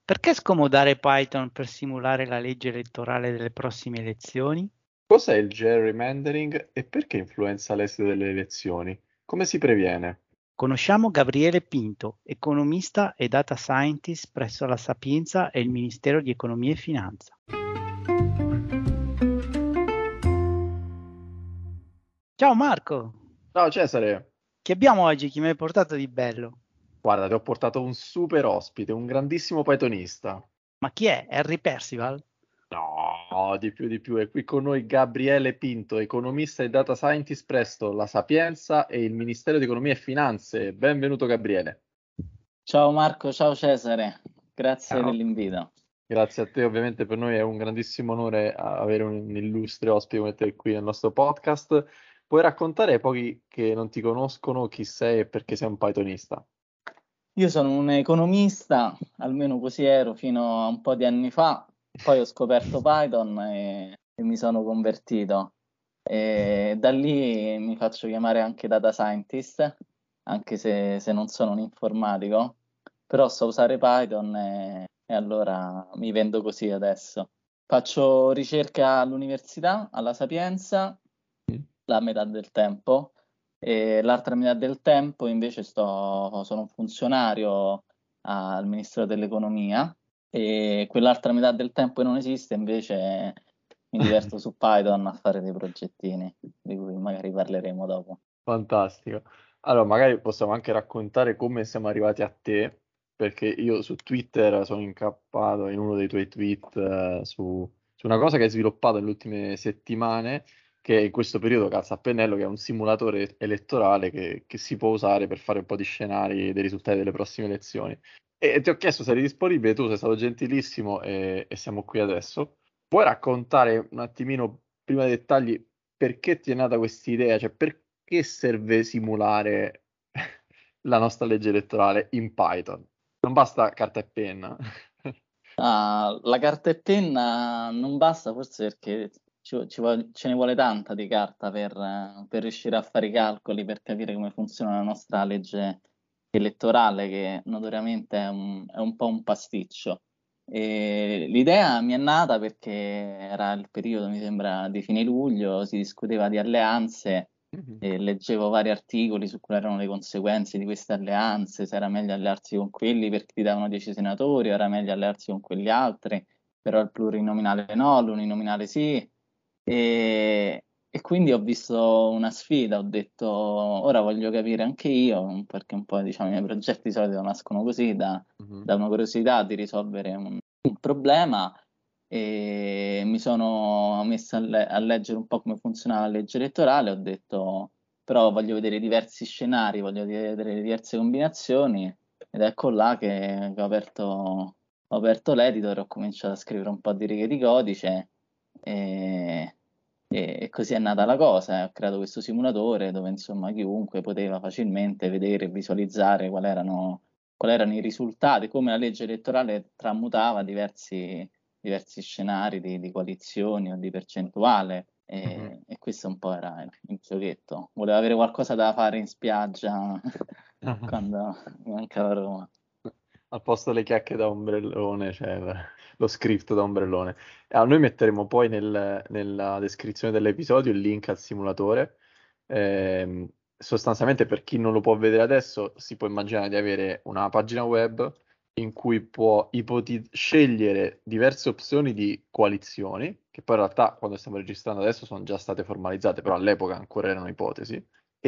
Perché scomodare Python per simulare la legge elettorale delle prossime elezioni? Cos'è il gerrymandering e perché influenza l'esito delle elezioni? Come si previene? Conosciamo Gabriele Pinto, economista e data scientist presso la Sapienza e il Ministero di Economia e Finanza. Ciao Marco, Ciao Cesare, che abbiamo oggi? Chi mi hai portato di bello? guarda, ti ho portato un super ospite, un grandissimo pythonista. Ma chi è? Harry Percival? No, di più, è qui con noi Gabriele Pinto, economista e data scientist presso la Sapienza e il Ministero di Economia e Finanze. Benvenuto Gabriele. Ciao Marco, ciao Cesare, grazie Ciao. dell'invito. Grazie a te, ovviamente per noi è un grandissimo onore avere un illustre ospite come te qui nel nostro podcast. Puoi raccontare ai pochi che non ti conoscono chi sei e perché sei un pythonista? Io sono un economista, almeno così ero fino a un po' di anni fa, poi ho scoperto Python e mi sono convertito. E da lì mi faccio chiamare anche data scientist, anche se non sono un informatico, però so usare Python e allora mi vendo così adesso. Faccio ricerca all'università, alla Sapienza, Mm. la metà del tempo. E l'altra metà del tempo invece sono un funzionario al Ministero dell'Economia e quell'altra metà del tempo che non esiste invece mi diverto su Python a fare dei progettini di cui magari parleremo dopo. Fantastico. Allora, magari possiamo anche raccontare come siamo arrivati a te, perché io su Twitter sono incappato in uno dei tuoi tweet su una cosa che hai sviluppato nelle ultime settimane, che in questo periodo calza a pennello, che è un simulatore elettorale che si può usare per fare un po' di scenari dei risultati delle prossime elezioni. E ti ho chiesto se eri disponibile, tu sei stato gentilissimo e siamo qui adesso. Puoi raccontare un attimino, prima dei dettagli, perché ti è nata questa idea? Cioè, perché serve simulare la nostra legge elettorale in Python? Non basta carta e penna. Ah, la carta e penna non basta forse perché ce ne vuole tanta di carta per riuscire a fare i calcoli, per capire come funziona la nostra legge elettorale, che notoriamente è un po' un pasticcio. E l'idea mi è nata perché era il periodo, mi sembra, di fine luglio, si discuteva di alleanze Mhm. e leggevo vari articoli su quali erano le conseguenze di queste alleanze, se era meglio allearsi con quelli perché ti davano 10 senatori, o era meglio allearsi con quegli altri, però il plurinominale no, l'uninominale sì. E quindi ho visto una sfida, ho detto ora voglio capire anche io, perché un po' diciamo i miei progetti di solito nascono così, Mhm. da una curiosità di risolvere un problema e mi sono messo a leggere un po' come funziona la legge elettorale, ho detto però voglio vedere diversi scenari, voglio vedere diverse combinazioni ed ecco là che ho aperto l'editor, ho cominciato a scrivere un po' di righe di codice e, e così è nata la cosa. Ho creato questo simulatore dove insomma chiunque poteva facilmente vedere e visualizzare quali erano i risultati, come la legge elettorale tramutava diversi scenari di coalizioni o di percentuale. Mhm. E questo un po' era il giochetto. Volevo avere qualcosa da fare in spiaggia quando mi mancava Roma. Al posto delle chiacchiere da ombrellone c'è lo script da ombrellone. A noi metteremo poi nella descrizione dell'episodio il link al simulatore. Sostanzialmente, per chi non lo può vedere adesso, si può immaginare di avere una pagina web in cui può scegliere diverse opzioni di coalizioni, che poi in realtà quando stiamo registrando adesso sono già state formalizzate, però all'epoca ancora erano ipotesi,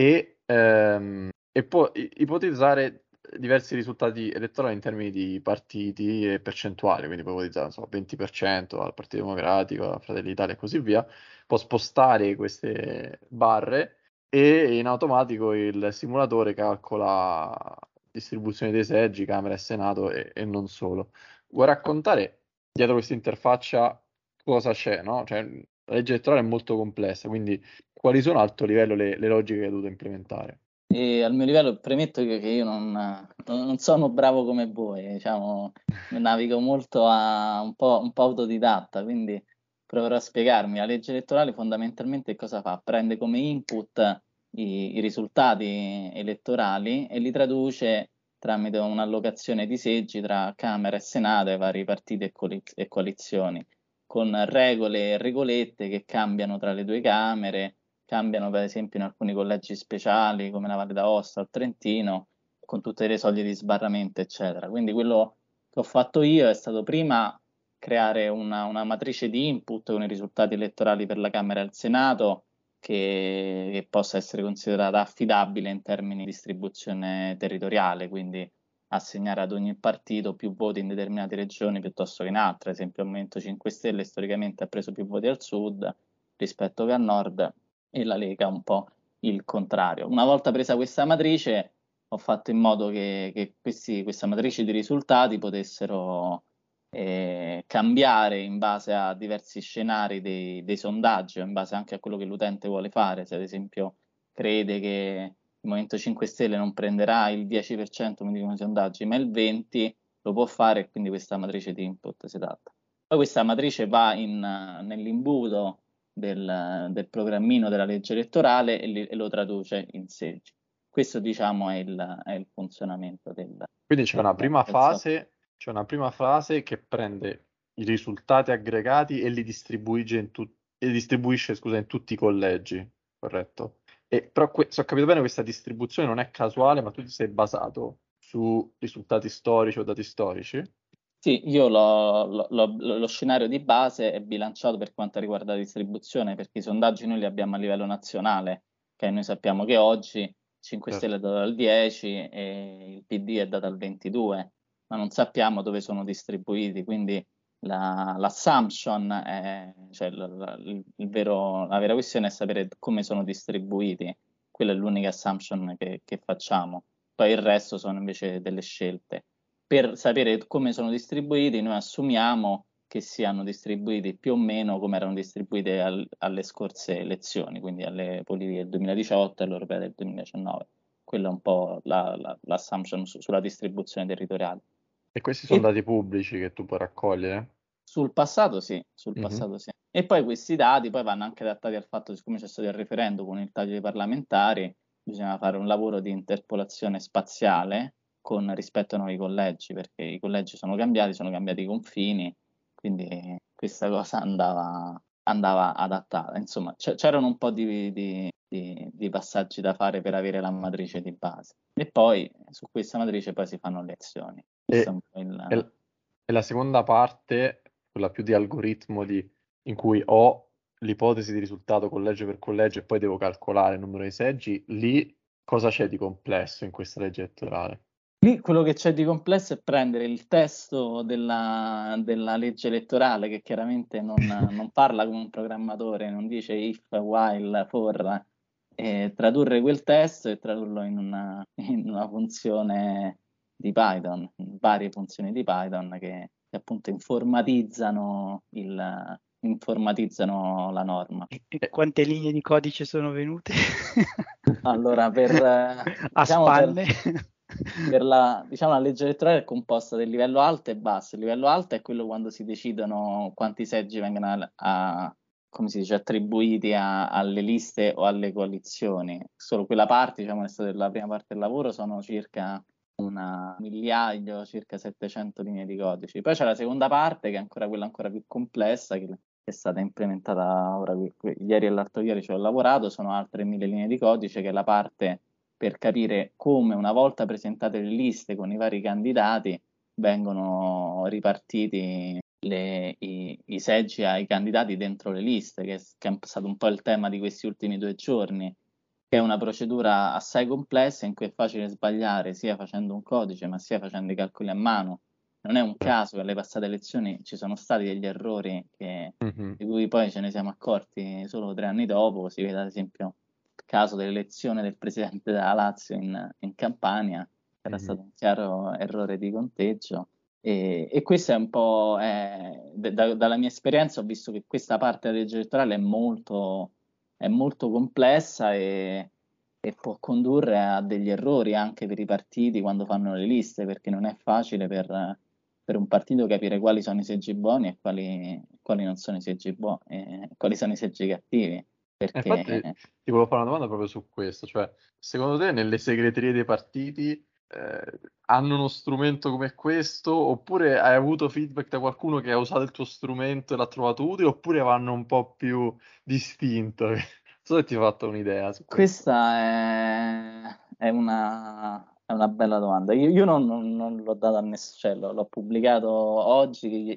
e può ipotizzare diversi risultati elettorali in termini di partiti e percentuali, quindi può ipotizzare, non so, 20% al Partito Democratico, a Fratelli d'Italia e così via, può spostare queste barre e in automatico il simulatore calcola distribuzione dei seggi, Camera e Senato e non solo. Vuoi raccontare dietro questa interfaccia cosa c'è, no? Cioè, la legge elettorale è molto complessa, quindi quali sono a alto livello le logiche che hai dovuto implementare? E al mio livello premetto che io non sono bravo come voi, diciamo, navigo molto un po' autodidatta, quindi proverò a spiegarmi. La legge elettorale fondamentalmente cosa fa? Prende come input i risultati elettorali e li traduce tramite un'allocazione di seggi tra Camera e Senato ai vari partiti e coalizioni, con regole e regolette che cambiano tra le due Camere, cambiano per esempio in alcuni collegi speciali come la Valle d'Aosta o il Trentino, con tutte le soglie di sbarramento, eccetera. Quindi quello che ho fatto io è stato prima creare una matrice di input con i risultati elettorali per la Camera e il Senato che possa essere considerata affidabile in termini di distribuzione territoriale, quindi assegnare ad ogni partito più voti in determinate regioni piuttosto che in altre. Ad esempio il Movimento 5 Stelle storicamente ha preso più voti al sud rispetto che al nord e la Lega un po' il contrario. Una volta presa questa matrice ho fatto in modo che questa matrice di risultati potessero cambiare in base a diversi scenari dei sondaggi, in base anche a quello che l'utente vuole fare. Se ad esempio crede che il Movimento 5 Stelle non prenderà il 10%, come dicono i sondaggi, ma il 20%, lo può fare e quindi questa matrice di input si adatta. Poi questa matrice va nell'imbuto del programmino della legge elettorale e lo traduce in seggi. Questo diciamo è il funzionamento del... Quindi c'è una prima fase che prende i risultati aggregati e li distribuisce in tutti i collegi, corretto? Però se ho capito bene, questa distribuzione non è casuale, ma tu ti sei basato su risultati storici o dati storici? Sì, io lo scenario di base è bilanciato per quanto riguarda la distribuzione, perché i sondaggi noi li abbiamo a livello nazionale, che noi sappiamo che oggi 5 Certo. Stelle è dato al 10 e il PD è dato al 22, ma non sappiamo dove sono distribuiti, quindi l'assumption, cioè la vera questione è sapere come sono distribuiti, quella è l'unica assumption che facciamo, poi il resto sono invece delle scelte. Per sapere come sono distribuiti, noi assumiamo che siano distribuiti più o meno come erano distribuiti alle scorse elezioni, quindi alle politiche del 2018 e alle europee del 2019. Quella è un po' l'assumption sulla distribuzione territoriale. E questi sono E dati pubblici che tu puoi raccogliere? sul passato sì, Mhm. E poi questi dati poi vanno anche adattati al fatto, siccome c'è stato il referendum con il taglio dei parlamentari, bisogna fare un lavoro di interpolazione spaziale con rispetto ai nuovi collegi, perché i collegi sono cambiati i confini, quindi questa cosa andava adattata. Insomma, c'erano un po' di passaggi da fare per avere la matrice di base. E poi su questa matrice poi si fanno le azioni. Questo è E, un po' e- e la seconda parte, quella più di algoritmo in cui ho l'ipotesi di risultato collegio per collegio e poi devo calcolare il numero di seggi, lì cosa c'è di complesso in questa legge elettorale? Lì quello che c'è di complesso è prendere il testo della legge elettorale, che chiaramente non parla come un programmatore, non dice if, while, for, e tradurre quel testo e tradurlo in una funzione di Python, in varie funzioni di Python che appunto informatizzano la norma. E quante linee di codice sono venute? Allora, A diciamo spanne? diciamo, la legge elettorale è composta del livello alto e basso. Il livello alto è quello quando si decidono quanti seggi vengono come si dice, attribuiti alle liste o alle coalizioni. Solo quella parte, diciamo, la prima parte del lavoro, sono circa un migliaio, circa 700 linee di codici. Poi c'è la seconda parte, che è ancora quella ancora più complessa, che è stata implementata ora, ieri e l'altro ieri ci ho lavorato, sono altre 1000 linee di codice, che è la parte per capire come, una volta presentate le liste con i vari candidati, vengono ripartiti i seggi ai candidati dentro le liste, che è stato un po' il tema di questi ultimi 2 giorni, che è una procedura assai complessa in cui è facile sbagliare sia facendo un codice, ma sia facendo i calcoli a mano. Non è un caso che alle passate elezioni ci sono stati degli errori Mhm. di cui poi ce ne siamo accorti solo 3 anni dopo. Si vede ad esempio il caso dell'elezione del presidente della Lazio in Campania, era Mhm. stato un chiaro errore di conteggio. E questo è un po', dalla mia esperienza ho visto che questa parte della legge elettorale è molto complessa e può condurre a degli errori anche per i partiti quando fanno le liste, perché non è facile per un partito capire quali sono i seggi buoni e quali non sono i seggi buoni, e quali sono i seggi cattivi. Perché Infatti ti volevo fare una domanda proprio su questo, cioè secondo te nelle segreterie dei partiti hanno uno strumento come questo, oppure hai avuto feedback da qualcuno che ha usato il tuo strumento e l'ha trovato utile, oppure vanno un po' più distinto? Non so se ti ho fatto un'idea su questo. Questa è una bella domanda. Io non l'ho data a nessuno, cioè l'ho pubblicato oggi, che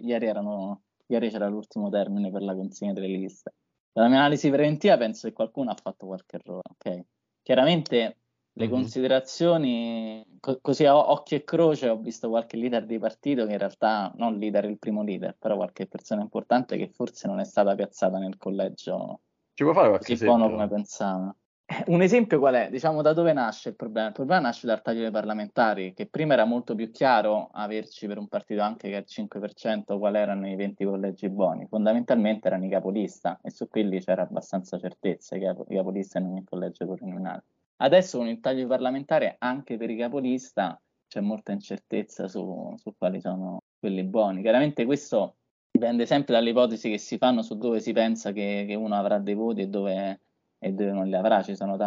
ieri c'era l'ultimo termine per la consegna delle liste. Dalla mia analisi preventiva penso che qualcuno ha fatto qualche errore, ok? Chiaramente le considerazioni, così a occhio e croce, ho visto qualche leader di partito che in realtà, non leader il primo leader, però qualche persona importante che forse non è stata piazzata nel collegio Ci puoi fare qualche così buono come esempio? pensava. Un esempio qual è? Diciamo da dove nasce il problema? Il problema nasce dal taglio dei parlamentari, che prima era molto più chiaro averci per un partito anche che al 5% quali erano i 20 collegi buoni. Fondamentalmente erano i capolista e su quelli c'era abbastanza certezza, i capolista in ogni collegio plurinominale. Adesso con il taglio parlamentare anche per i capolista c'è molta incertezza su quali sono quelli buoni. Chiaramente questo dipende sempre dalle ipotesi che si fanno su dove si pensa che uno avrà dei voti e dove non li avrà. Ci sono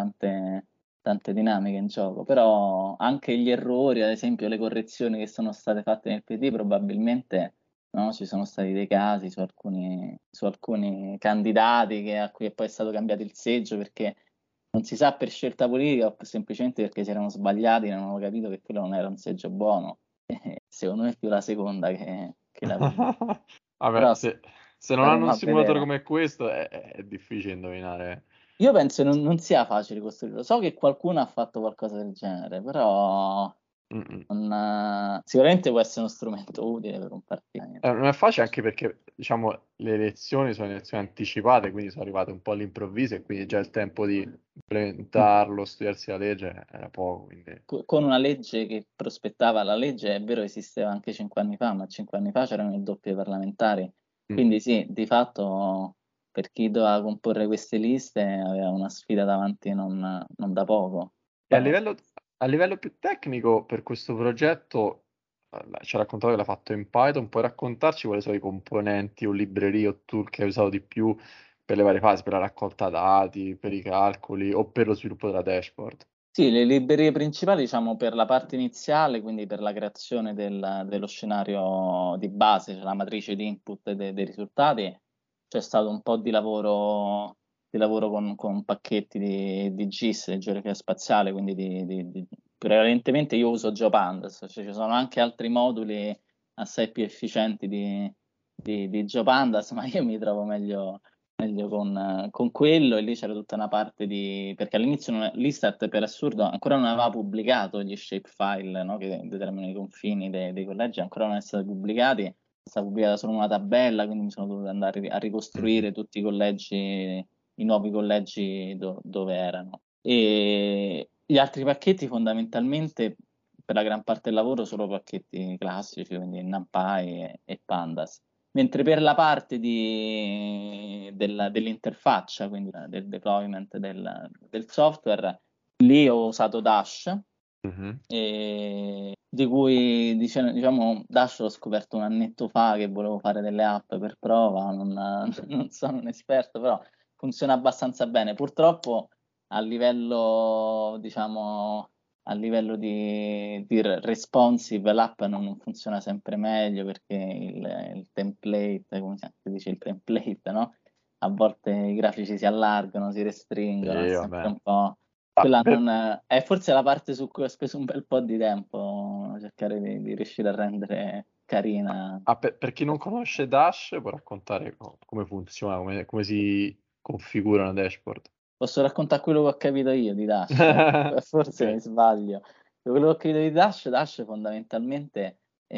tante dinamiche in gioco, però anche gli errori, ad esempio le correzioni che sono state fatte nel PD, probabilmente no, ci sono stati dei casi su alcuni candidati a cui è poi stato cambiato il seggio perché non si sa per scelta politica o semplicemente perché si erano sbagliati, non hanno capito che quello non era un seggio buono. Secondo me è più la seconda che la prima. Vabbè, Però se non hanno staremo un a simulatore vedere. come questo è difficile indovinare. Io penso non sia facile costruirlo. So che qualcuno ha fatto qualcosa del genere, però Mm-mm. sicuramente può essere uno strumento utile per un partito. Non è facile anche perché, diciamo, le elezioni sono elezioni anticipate, quindi sono arrivate un po' all'improvviso e quindi già il tempo di implementarlo, studiarsi la legge era poco, quindi... Con una legge che prospettava la legge, è vero, esisteva anche 5 anni fa, ma 5 anni fa c'erano il doppio parlamentari. Mm. Quindi sì, di fatto per chi doveva comporre queste liste aveva una sfida davanti non da poco. E Poi, a livello più tecnico, per questo progetto, ci ha raccontato che l'ha fatto in Python, puoi raccontarci quali sono i componenti o librerie o tool che hai usato di più per le varie fasi, per la raccolta dati, per i calcoli o per lo sviluppo della dashboard? sì, le librerie principali, diciamo, per la parte iniziale, quindi per la creazione dello scenario di base, cioè la matrice di input dei risultati, c'è stato un po' di lavoro con pacchetti di GIS, di geografia spaziale, quindi prevalentemente io uso GeoPandas, cioè ci sono anche altri moduli assai più efficienti di GeoPandas, ma io mi trovo meglio con quello, e lì c'era tutta una parte perché all'inizio l'Istat per assurdo ancora non aveva pubblicato gli shapefile, no, che determinano i confini dei collegi, ancora non è stati pubblicati, è stata pubblicata solo una tabella, quindi mi sono dovuto andare a ricostruire tutti i collegi, i nuovi collegi dove erano. E gli altri pacchetti fondamentalmente per la gran parte del lavoro solo pacchetti classici, quindi NumPy e Pandas. Mentre per la parte dell'interfaccia, quindi del deployment del software, lì ho usato Dash, Mhm. di cui diciamo Dash l'ho scoperto un annetto fa che volevo fare delle app per prova, non sono un esperto, però funziona abbastanza bene. Purtroppo a livello, diciamo, a livello di responsive l'app non funziona sempre meglio perché il template, come si dice il template, no? A volte i grafici si allargano, si restringono, è Sì, sempre vabbè. un po'... Ah, Quella non è forse la parte su cui ho speso un bel po' di tempo, cercare di riuscire a rendere carina. per chi non conosce Dash, puoi raccontare come funziona, come si configura una dashboard? Posso raccontare quello che ho capito io di Dash? Forse mi Ok. sbaglio. Quello che ho capito di Dash fondamentalmente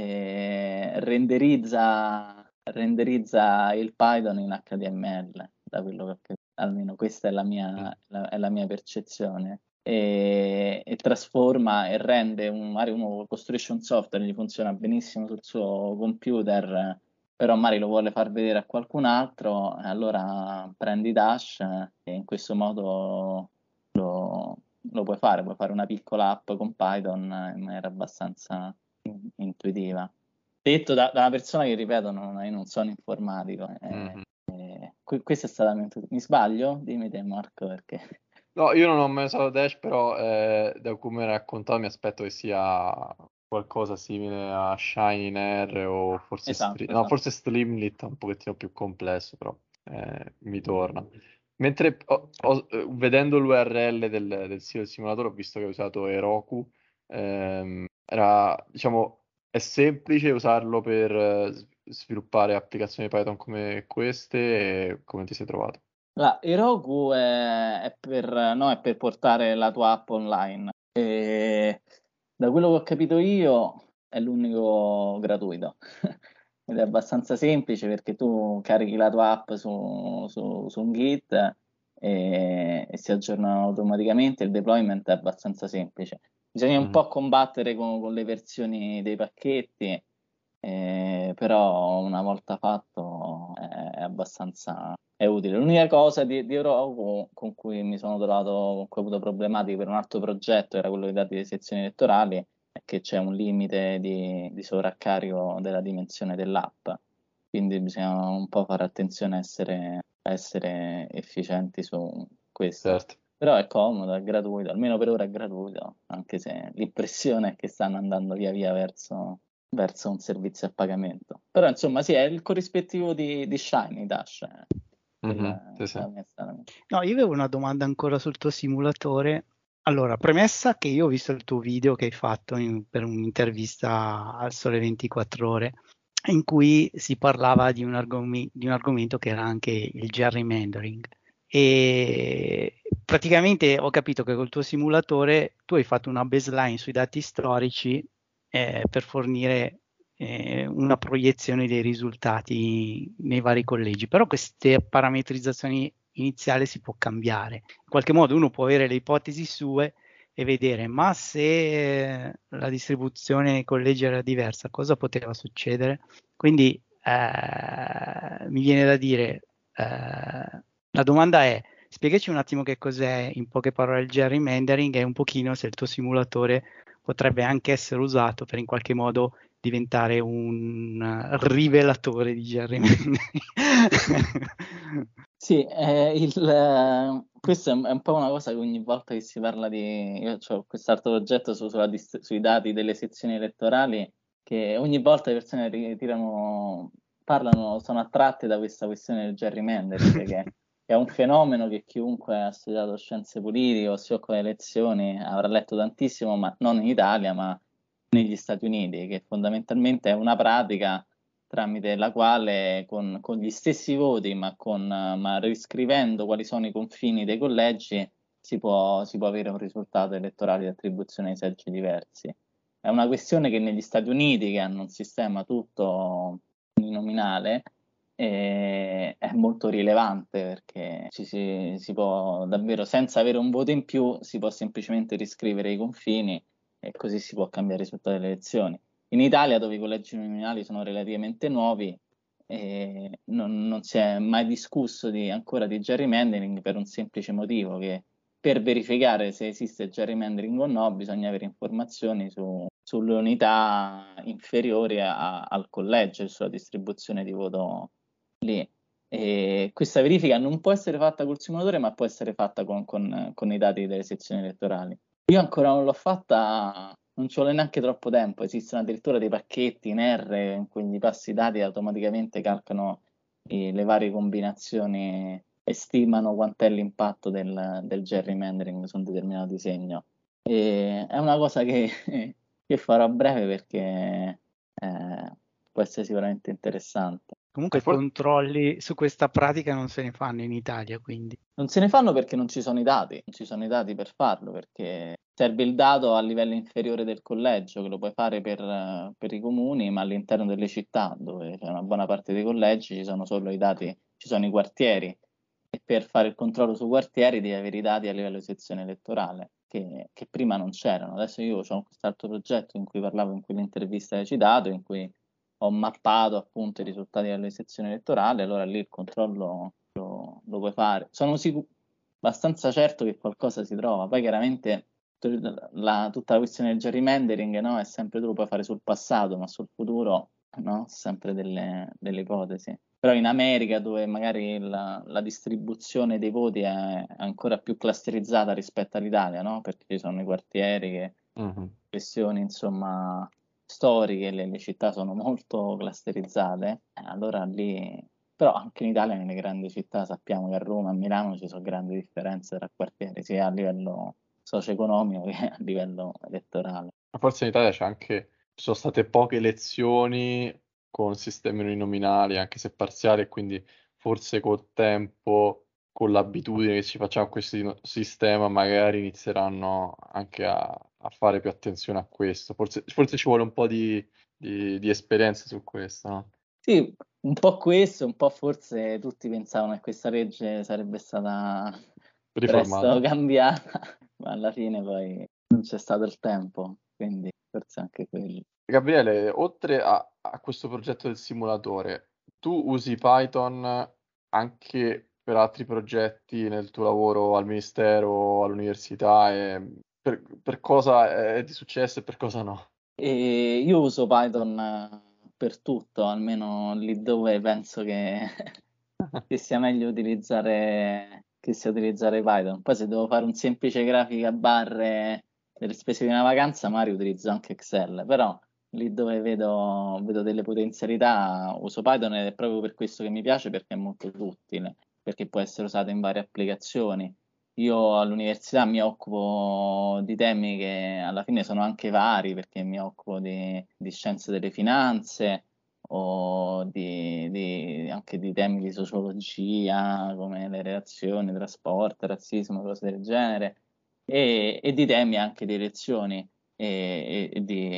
renderizza il Python in HTML, da quello che ho capito. Almeno questa è Mm. è la mia percezione. E trasforma e rende, magari uno costruisce un software, gli funziona benissimo sul suo computer, però magari lo vuole far vedere a qualcun altro, allora prendi Dash e in questo modo lo puoi fare una piccola app con Python in maniera abbastanza intuitiva. Detto da una persona che, ripeto, io non sono informatico. Mhm. Questa è stata mi sbaglio? Dimmi te, Marco, perché... No, io non ho mai usato Dash, però da come raccontato mi aspetto che sia qualcosa simile a Shiny R o forse, Esatto, no, esatto. forse Streamlit, un pochettino più complesso, però mi torna. Mentre vedendo l'URL del sito del simulatore ho visto che hai usato Heroku, diciamo, è semplice usarlo per sviluppare applicazioni Python come queste e come ti sei trovato? La Heroku è per, no, è per portare la tua app online. E da quello che ho capito io è l'unico gratuito. Ed è abbastanza semplice perché tu carichi la tua app su un Git e si aggiorna automaticamente. Il deployment è abbastanza semplice. Bisogna un Mhm. po' combattere con le versioni dei pacchetti, però una volta fatto è abbastanza è utile. L'unica cosa di Heroku con cui mi sono trovato, con cui ho avuto problematiche per un altro progetto, era quello dei dati delle sezioni elettorali, è che c'è un limite di sovraccarico della dimensione dell'app, quindi bisogna un po' fare attenzione a essere efficienti su questo. Certo. Però è comodo, è gratuito, almeno per ora è gratuito, anche se l'impressione è che stanno andando via via verso un servizio a pagamento. Però insomma sì, è il corrispettivo di Shiny Dash. Mhm, sì, sì. Onestamente. No, io avevo una domanda ancora sul tuo simulatore. Allora, premessa che io ho visto il tuo video che hai fatto per un'intervista al Sole 24 Ore, in cui si parlava di un argomento che era anche il gerrymandering. E praticamente ho capito che col tuo simulatore tu hai fatto una baseline sui dati storici per fornire una proiezione dei risultati nei vari collegi, però queste parametrizzazioni iniziali si può cambiare. In qualche modo uno può avere le ipotesi sue e vedere, ma se la distribuzione nei collegi era diversa, cosa poteva succedere? Quindi mi viene da dire, la domanda è, spiegaci un attimo che cos'è in poche parole il gerrymandering e un pochino se il tuo simulatore potrebbe anche essere usato per in qualche modo diventare un rivelatore di gerrymandering. Sì, questo è un po' una cosa che ogni volta che si parla di... Io ho quest'altro progetto sui dati delle sezioni elettorali che ogni volta le persone parlano, sono attratte da questa questione del gerrymandering, che è un fenomeno che chiunque ha studiato scienze politiche o si occupa di elezioni avrà letto tantissimo, ma non in Italia, ma negli Stati Uniti, che fondamentalmente è una pratica tramite la quale con gli stessi voti, ma riscrivendo quali sono i confini dei collegi, si può avere un risultato elettorale di attribuzione di seggi diversi. È una questione che negli Stati Uniti, che hanno un sistema tutto uninominale, è molto rilevante perché si può davvero, senza avere un voto in più, si può semplicemente riscrivere i confini e così si può cambiare il risultato delle elezioni. In Italia, dove i collegi uninominali sono relativamente nuovi, non si è mai discusso ancora di gerrymandering per un semplice motivo, che per verificare se esiste gerrymandering o no bisogna avere informazioni sulle unità inferiori al collegio e sulla distribuzione di voto lì. E questa verifica non può essere fatta col simulatore, ma può essere fatta con i dati delle sezioni elettorali. Io ancora non l'ho fatta, non ci vuole neanche troppo tempo, esistono addirittura dei pacchetti in R in cui gli passi i dati e automaticamente calcolano le varie combinazioni e stimano quant'è l'impatto del gerrymandering su un determinato disegno. E è una cosa che farò a breve perché può essere sicuramente interessante. Comunque For- controlli su questa pratica non se ne fanno in Italia, quindi. Non se ne fanno perché non ci sono i dati, non ci sono i dati per farlo, perché serve il dato a livello inferiore del collegio, che lo puoi fare per i comuni, ma all'interno delle città, dove c'è una buona parte dei collegi, ci sono solo i dati, ci sono i quartieri, e per fare il controllo sui quartieri devi avere i dati a livello di sezione elettorale, che prima non c'erano. Adesso io ho quest'altro progetto in cui parlavo in quell'intervista che hai citato, in cui ho mappato appunto i risultati delle sezioni elettorali, allora lì il controllo lo puoi fare. Sono abbastanza certo che qualcosa si trova. Poi chiaramente tutta la questione del gerrymandering, no, è sempre tu lo puoi fare sul passato, ma sul futuro no? Sempre delle ipotesi. Però in America, dove magari la distribuzione dei voti è ancora più clusterizzata rispetto all'Italia, no? Perché ci sono i quartieri che Mhm. questioni, insomma, storiche, le città sono molto clusterizzate, allora lì, però anche in Italia, nelle grandi città, sappiamo che a Roma, a Milano ci sono grandi differenze tra quartieri, sia a livello socio-economico che a livello elettorale. Ma forse in Italia ci sono state poche elezioni con sistemi uninominali, anche se parziali, e quindi forse col tempo, con l'abitudine che ci facciamo a questo sistema, magari inizieranno anche a fare più attenzione a questo. Forse ci vuole un po' di esperienza su questo, no? Sì, un po' questo, un po' forse tutti pensavano che questa legge sarebbe stata presto Riformata. cambiata, ma alla fine poi non c'è stato il tempo, quindi forse anche quello. Gabriele, oltre a questo progetto del simulatore, tu usi Python anche per altri progetti nel tuo lavoro al ministero, all'università, e per cosa è di successo e per cosa no? E io uso Python per tutto, almeno lì dove penso che sia meglio utilizzare Python. Poi se devo fare un semplice grafica a barre delle spese di una vacanza, magari utilizzo anche Excel, però lì dove vedo delle potenzialità uso Python ed è proprio per questo che mi piace, perché è molto utile, perché può essere usato in varie applicazioni. Io all'università mi occupo di temi che alla fine sono anche vari, perché mi occupo di scienze delle finanze o anche di temi di sociologia, come le relazioni tra sport, razzismo, cose del genere, e di temi anche di elezioni e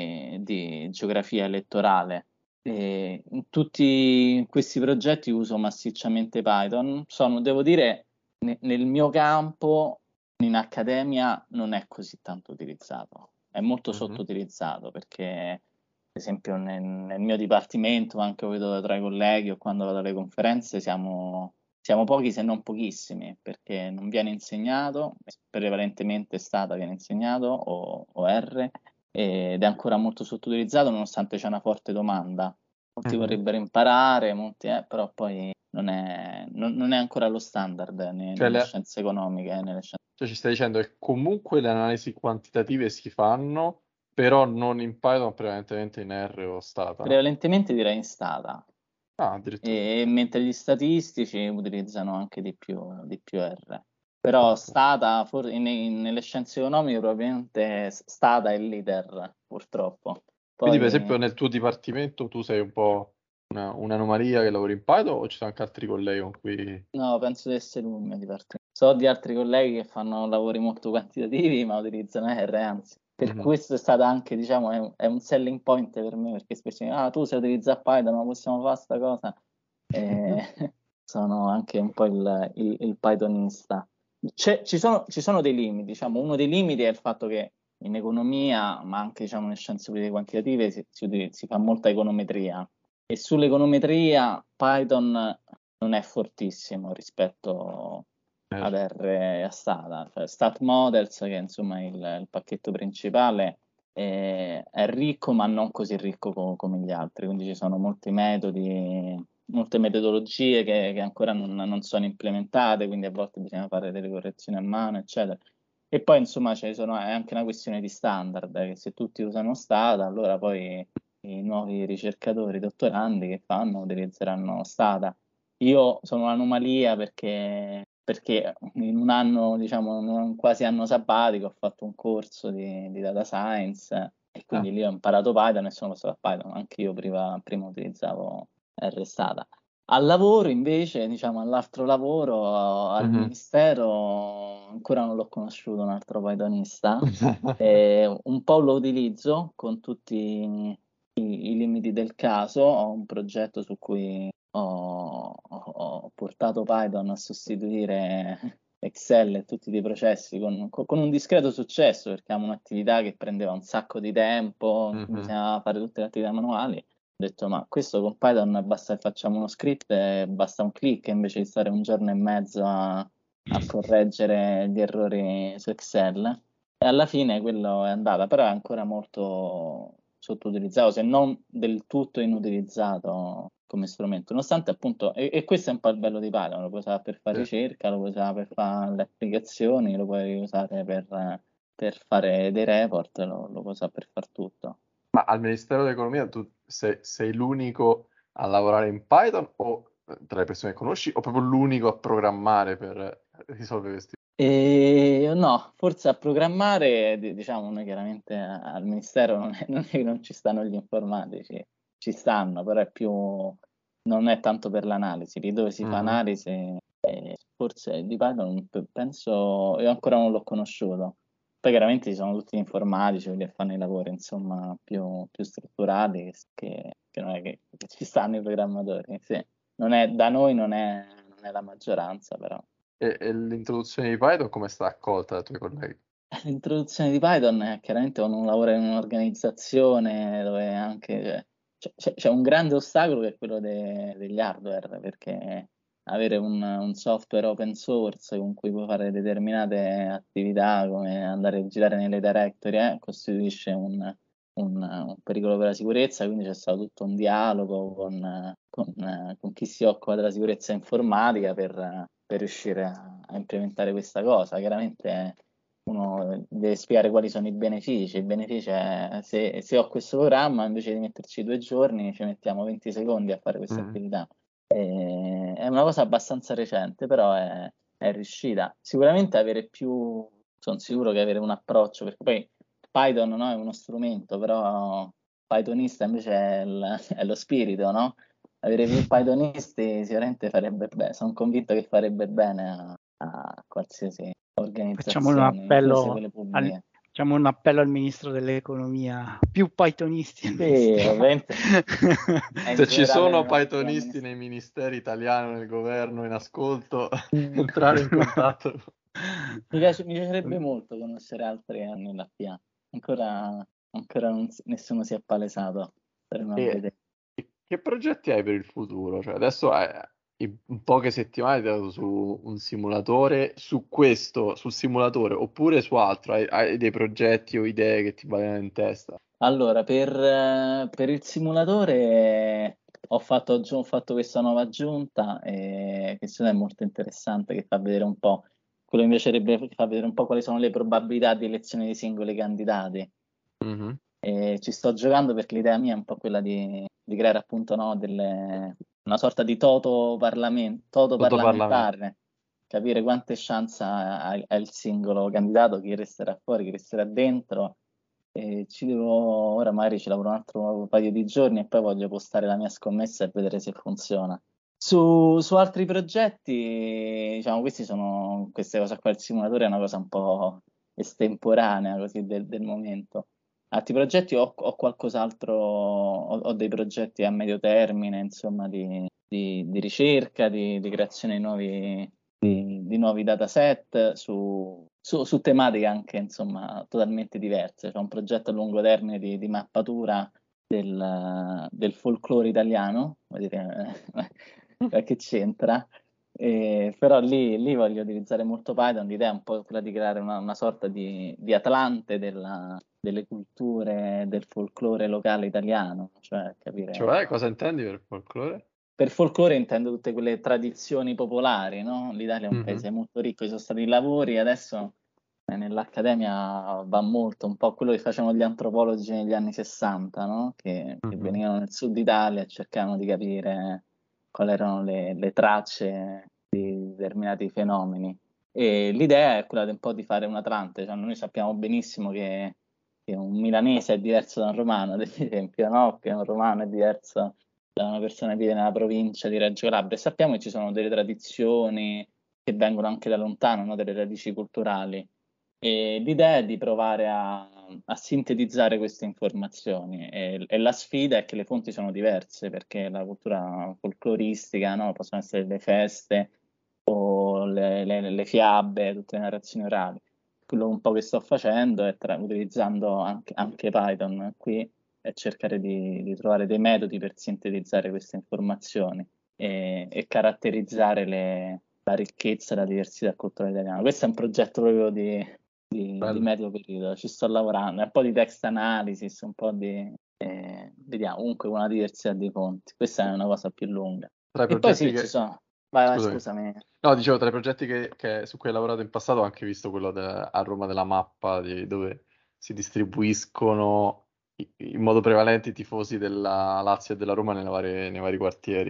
di geografia elettorale. E in tutti questi progetti uso massicciamente Python. Devo dire, nel mio campo, in accademia, non è così tanto utilizzato, è molto Mhm. sottoutilizzato perché, ad esempio, nel mio dipartimento, anche ho vedo tra i colleghi o quando vado alle conferenze, siamo pochi se non pochissimi, perché non viene insegnato, prevalentemente Stata viene insegnato o R, ed è ancora molto sottoutilizzato nonostante c'è una forte domanda. Molti Mhm. vorrebbero imparare, molti, però poi non è ancora lo standard Cioè, nelle scienze economiche, nelle scienze. cioè ci stai dicendo che comunque le analisi quantitative si fanno, però non in Python, ma prevalentemente in R o Stata, no? Prevalentemente direi in Stata, Ah, addirittura. mentre gli statistici utilizzano anche di più R. Però Ok. Stata, nelle scienze economiche probabilmente Stata è il leader, purtroppo. Quindi, per Poi esempio, nel tuo dipartimento tu sei un po' un'anomalia che lavori in Python o ci sono anche altri colleghi con cui... no, penso di essere l'unico dipartimento. So di altri colleghi che fanno lavori molto quantitativi, ma utilizzano R, anzi. Per Mhm. questo è stata anche, diciamo, è un selling point per me, perché spesso mi dicono, tu sai utilizzare Python, ma possiamo fare sta cosa? E sono anche un po' il Pythonista. Ci sono dei limiti, diciamo, uno dei limiti è il fatto che in economia, ma anche, diciamo, nelle scienze politiche quantitative, si fa molta econometria. E sull'econometria Python non è fortissimo rispetto ad R. R e a Stata. Cioè, Stat Models, che insomma è il pacchetto principale, è ricco, ma non così ricco come gli altri. Quindi ci sono molti metodi, molte metodologie che ancora non sono implementate, quindi a volte bisogna fare delle correzioni a mano, eccetera. E poi insomma è anche una questione di standard, che se tutti usano Stata, allora poi i nuovi ricercatori, dottorandi che fanno utilizzeranno Stata. Io sono un'anomalia perché in un anno, diciamo, in un quasi anno sabbatico ho fatto un corso di data science e Ah. quindi lì ho imparato Python e sono passato a Python. Anche io prima utilizzavo RSATA. Al lavoro invece, diciamo, all'altro lavoro, al Mhm. ministero, ancora non l'ho conosciuto un altro Pythonista. Un po' lo utilizzo con tutti i limiti del caso. Ho un progetto su cui ho portato Python a sostituire Excel e tutti i processi con un discreto successo, perché abbiamo un'attività che prendeva un sacco di tempo, Mhm. bisognava fare tutte le attività manuali. Ho detto, ma questo con Python basta che facciamo uno script e basta un click invece di stare un giorno e mezzo a correggere gli errori su Excel. E alla fine quello è andata, però è ancora molto sottoutilizzato, se non del tutto inutilizzato come strumento, nonostante appunto, e questo è un po' il bello di Python, lo puoi usare per fare ricerca, lo puoi usare per fare le applicazioni, lo puoi usare per fare dei report, lo puoi usare per far tutto. Ma al Ministero dell'Economia tu sei l'unico a lavorare in Python o tra le persone che conosci o proprio l'unico a programmare per risolvere questi E no, forse a programmare, diciamo, noi chiaramente al Ministero non è che non ci stanno gli informatici, ci stanno, però è più, non è tanto per l'analisi, lì dove si fa analisi, forse di Python penso, io ancora non l'ho conosciuto. Poi chiaramente ci sono tutti gli informatici, quelli che fanno i lavori, insomma, più strutturati, che non è che ci stanno i programmatori, sì. Da noi non è la maggioranza, però. E l'introduzione di Python come è stata accolta dai tuoi colleghi? L'introduzione di Python è chiaramente uno lavoro in un'organizzazione dove anche c'è un grande ostacolo che è quello degli hardware, perché avere un software open source con cui puoi fare determinate attività come andare a girare nelle directory costituisce un pericolo per la sicurezza, quindi c'è stato tutto un dialogo con chi si occupa della sicurezza informatica per riuscire a implementare questa cosa. Chiaramente uno deve spiegare quali sono i benefici. Il beneficio è se ho questo programma, invece di metterci 2 giorni, ci mettiamo 20 secondi a fare questa attività. È una cosa abbastanza recente, però è riuscita. Sicuramente sono sicuro che avere un approccio, perché poi Python, no, è uno strumento, però Pythonista invece è lo spirito, no? Avere più Pythonisti sicuramente farebbe bene, sono convinto che farebbe bene a qualsiasi Facciamo un organizzazione, incluse appello quelle pubbliche. facciamo un appello al ministro dell'economia, più Pythonisti al Sì, ministero. ovviamente. Se ci sono Pythonisti nei ministeri italiani, nel governo, in ascolto, entrare in contatto. Mi piacerebbe molto conoscere altri nella PA. Ancora nessuno si è palesato. Staremo a vedere. Che progetti hai per il futuro? Cioè, adesso in poche settimane ti hai dato su un simulatore, sul simulatore, oppure su altro? Hai dei progetti o idee che ti balenano in testa? Allora, per il simulatore ho fatto questa nuova aggiunta che secondo me è molto interessante, che fa vedere un po', quello che mi piacerebbe fa vedere un po' quali sono le probabilità di elezione dei singoli candidati. Ci sto giocando perché l'idea mia è un po' quella di creare appunto no, una sorta di toto parlamentare, capire quante chance ha il singolo candidato, chi resterà fuori, chi resterà dentro. Ora magari ci lavoro un altro paio di giorni e poi voglio postare la mia scommessa e vedere se funziona. Su altri progetti, diciamo, queste cose qua, il simulatore è una cosa un po' estemporanea così del momento. Altri progetti ho qualcos'altro, ho dei progetti a medio termine, insomma, di ricerca, di creazione di nuovi dataset su tematiche anche, insomma, totalmente diverse. C'è un progetto a lungo termine di mappatura del folklore italiano, vuol dire, che c'entra. Però lì voglio utilizzare molto Python, l'idea è un po' quella di creare una sorta di Atlante delle culture, del folklore locale italiano, cioè capire. Cioè, cosa intendi per folklore? Per folklore intendo tutte quelle tradizioni popolari, no? L'Italia è un paese molto ricco, ci sono stati lavori, adesso nell'accademia va molto, un po' quello che facevano gli antropologi negli anni 60, no? Che venivano nel sud Italia e cercavano di capire quali erano le tracce di determinati fenomeni. E l'idea è quella di un po' di fare un Atlante, cioè noi sappiamo benissimo che un milanese è diverso da un romano, ad esempio, no? Che un romano è diverso da una persona che vive nella provincia di Reggio Calabria, e sappiamo che ci sono delle tradizioni che vengono anche da lontano, no? Delle radici culturali. E l'idea è di provare a sintetizzare queste informazioni e la sfida è che le fonti sono diverse, perché la cultura folcloristica, no? Possono essere le feste o le fiabe, tutte le narrazioni orali. Quello un po' che sto facendo è utilizzando anche Python qui e cercare di trovare dei metodi per sintetizzare queste informazioni e caratterizzare la ricchezza e la diversità culturale italiana. Questo è un progetto proprio di medio periodo, ci sto lavorando, un po' di text analysis, un po' di Vediamo, comunque una diversità di fonti. Questa è una cosa più lunga. Tra i E poi progetti sì, ci che... sono. Vai, Scusami. scusami. No, dicevo, tra i progetti su cui hai lavorato in passato ho anche visto quello a Roma della mappa, dove si distribuiscono in modo prevalente i tifosi della Lazio e della Roma nei vari quartieri.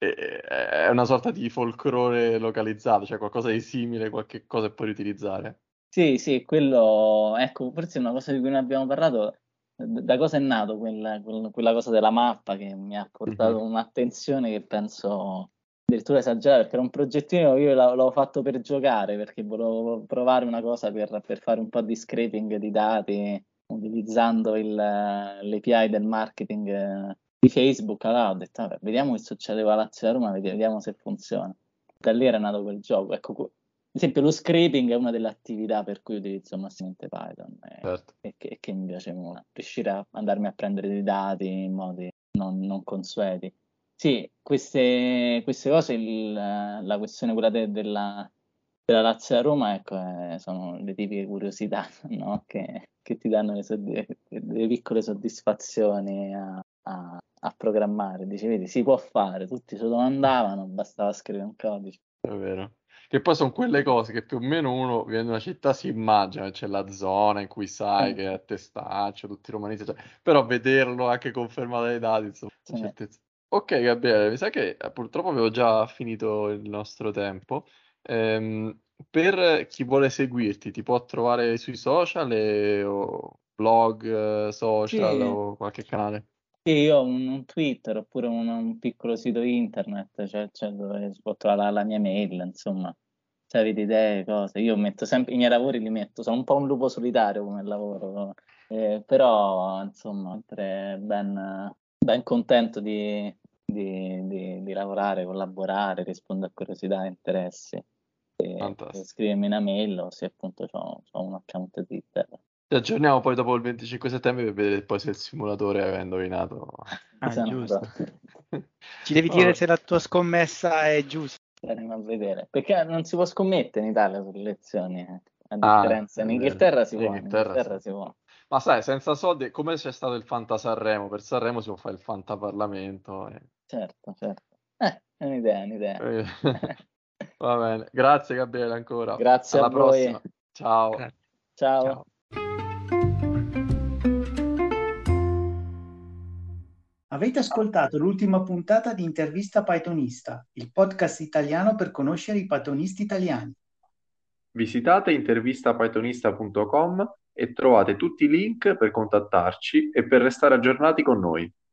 È una sorta di folklore localizzato, cioè qualcosa di simile, qualche cosa che puoi riutilizzare. Sì, sì, quello, ecco, forse è una cosa di cui non abbiamo parlato. Da cosa è nato quella cosa della mappa che mi ha portato Mhm. un'attenzione che penso addirittura esagerata, perché era un progettino che io l'avevo fatto per giocare, perché volevo provare una cosa per fare un po' di scraping di dati utilizzando l'API del marketing di Facebook. Allora ho detto, vabbè, vediamo che succede con la Lazio e la Roma, vediamo se funziona. Da lì era nato quel gioco. Ecco, ad esempio, lo scraping è una delle attività per cui utilizzo massimamente Python Certo. e che mi piace molto. Riuscire a andarmi a prendere dei dati in modi non consueti. Sì, queste cose, la questione quella della Lazio e la Roma, ecco, sono le tipiche curiosità, no? Che ti danno delle piccole soddisfazioni a programmare. Dici, vedi, si può fare, tutti se lo domandavano, bastava scrivere un codice. È vero. Che poi sono quelle cose che più o meno uno viene da una città si immagina, c'è la zona in cui sai che è a testaccio, tutti i romanisti, però vederlo anche confermato dai dati, insomma, Sì. certezza. Ok, Gabriele, mi sa che purtroppo avevo già finito il nostro tempo. Per chi vuole seguirti, ti può trovare sui social o blog, social Sì, o qualche canale? sì, io ho un Twitter oppure un piccolo sito internet, cioè dove si può trovare la mia mail, insomma, se avete idee, cose. Io metto sempre i miei lavori, li metto, sono un po' un lupo solitario come lavoro, però insomma, sempre ben contento di lavorare, collaborare, rispondere a curiosità e interessi. Fantastico. Scrivermi una mail o se appunto ho un account Twitter. Ci aggiorniamo poi dopo il 25 settembre per vedere poi se il simulatore aveva indovinato. Ah, Esatto. giusto. Ci devi dire Vabbè. se la tua scommessa è giusta. Staremo a vedere. Perché non si può scommettere in Italia sulle elezioni, a Ah, differenza. è In vero. Inghilterra si In può, in Inghilterra sì. Inghilterra si può. Ma sai, senza soldi, come c'è stato il Fanta Sanremo, per Sanremo si può fare il Fanta Parlamento. Certo, certo. È un'idea, è un'idea. Eh, Va bene. Grazie Gabriele ancora. Grazie a Alla voi. prossima. Ciao. Grazie. Ciao. Ciao. Avete ascoltato l'ultima puntata di Intervista Pythonista, il podcast italiano per conoscere i pythonisti italiani. Visitate intervistapythonista.com e trovate tutti i link per contattarci e per restare aggiornati con noi.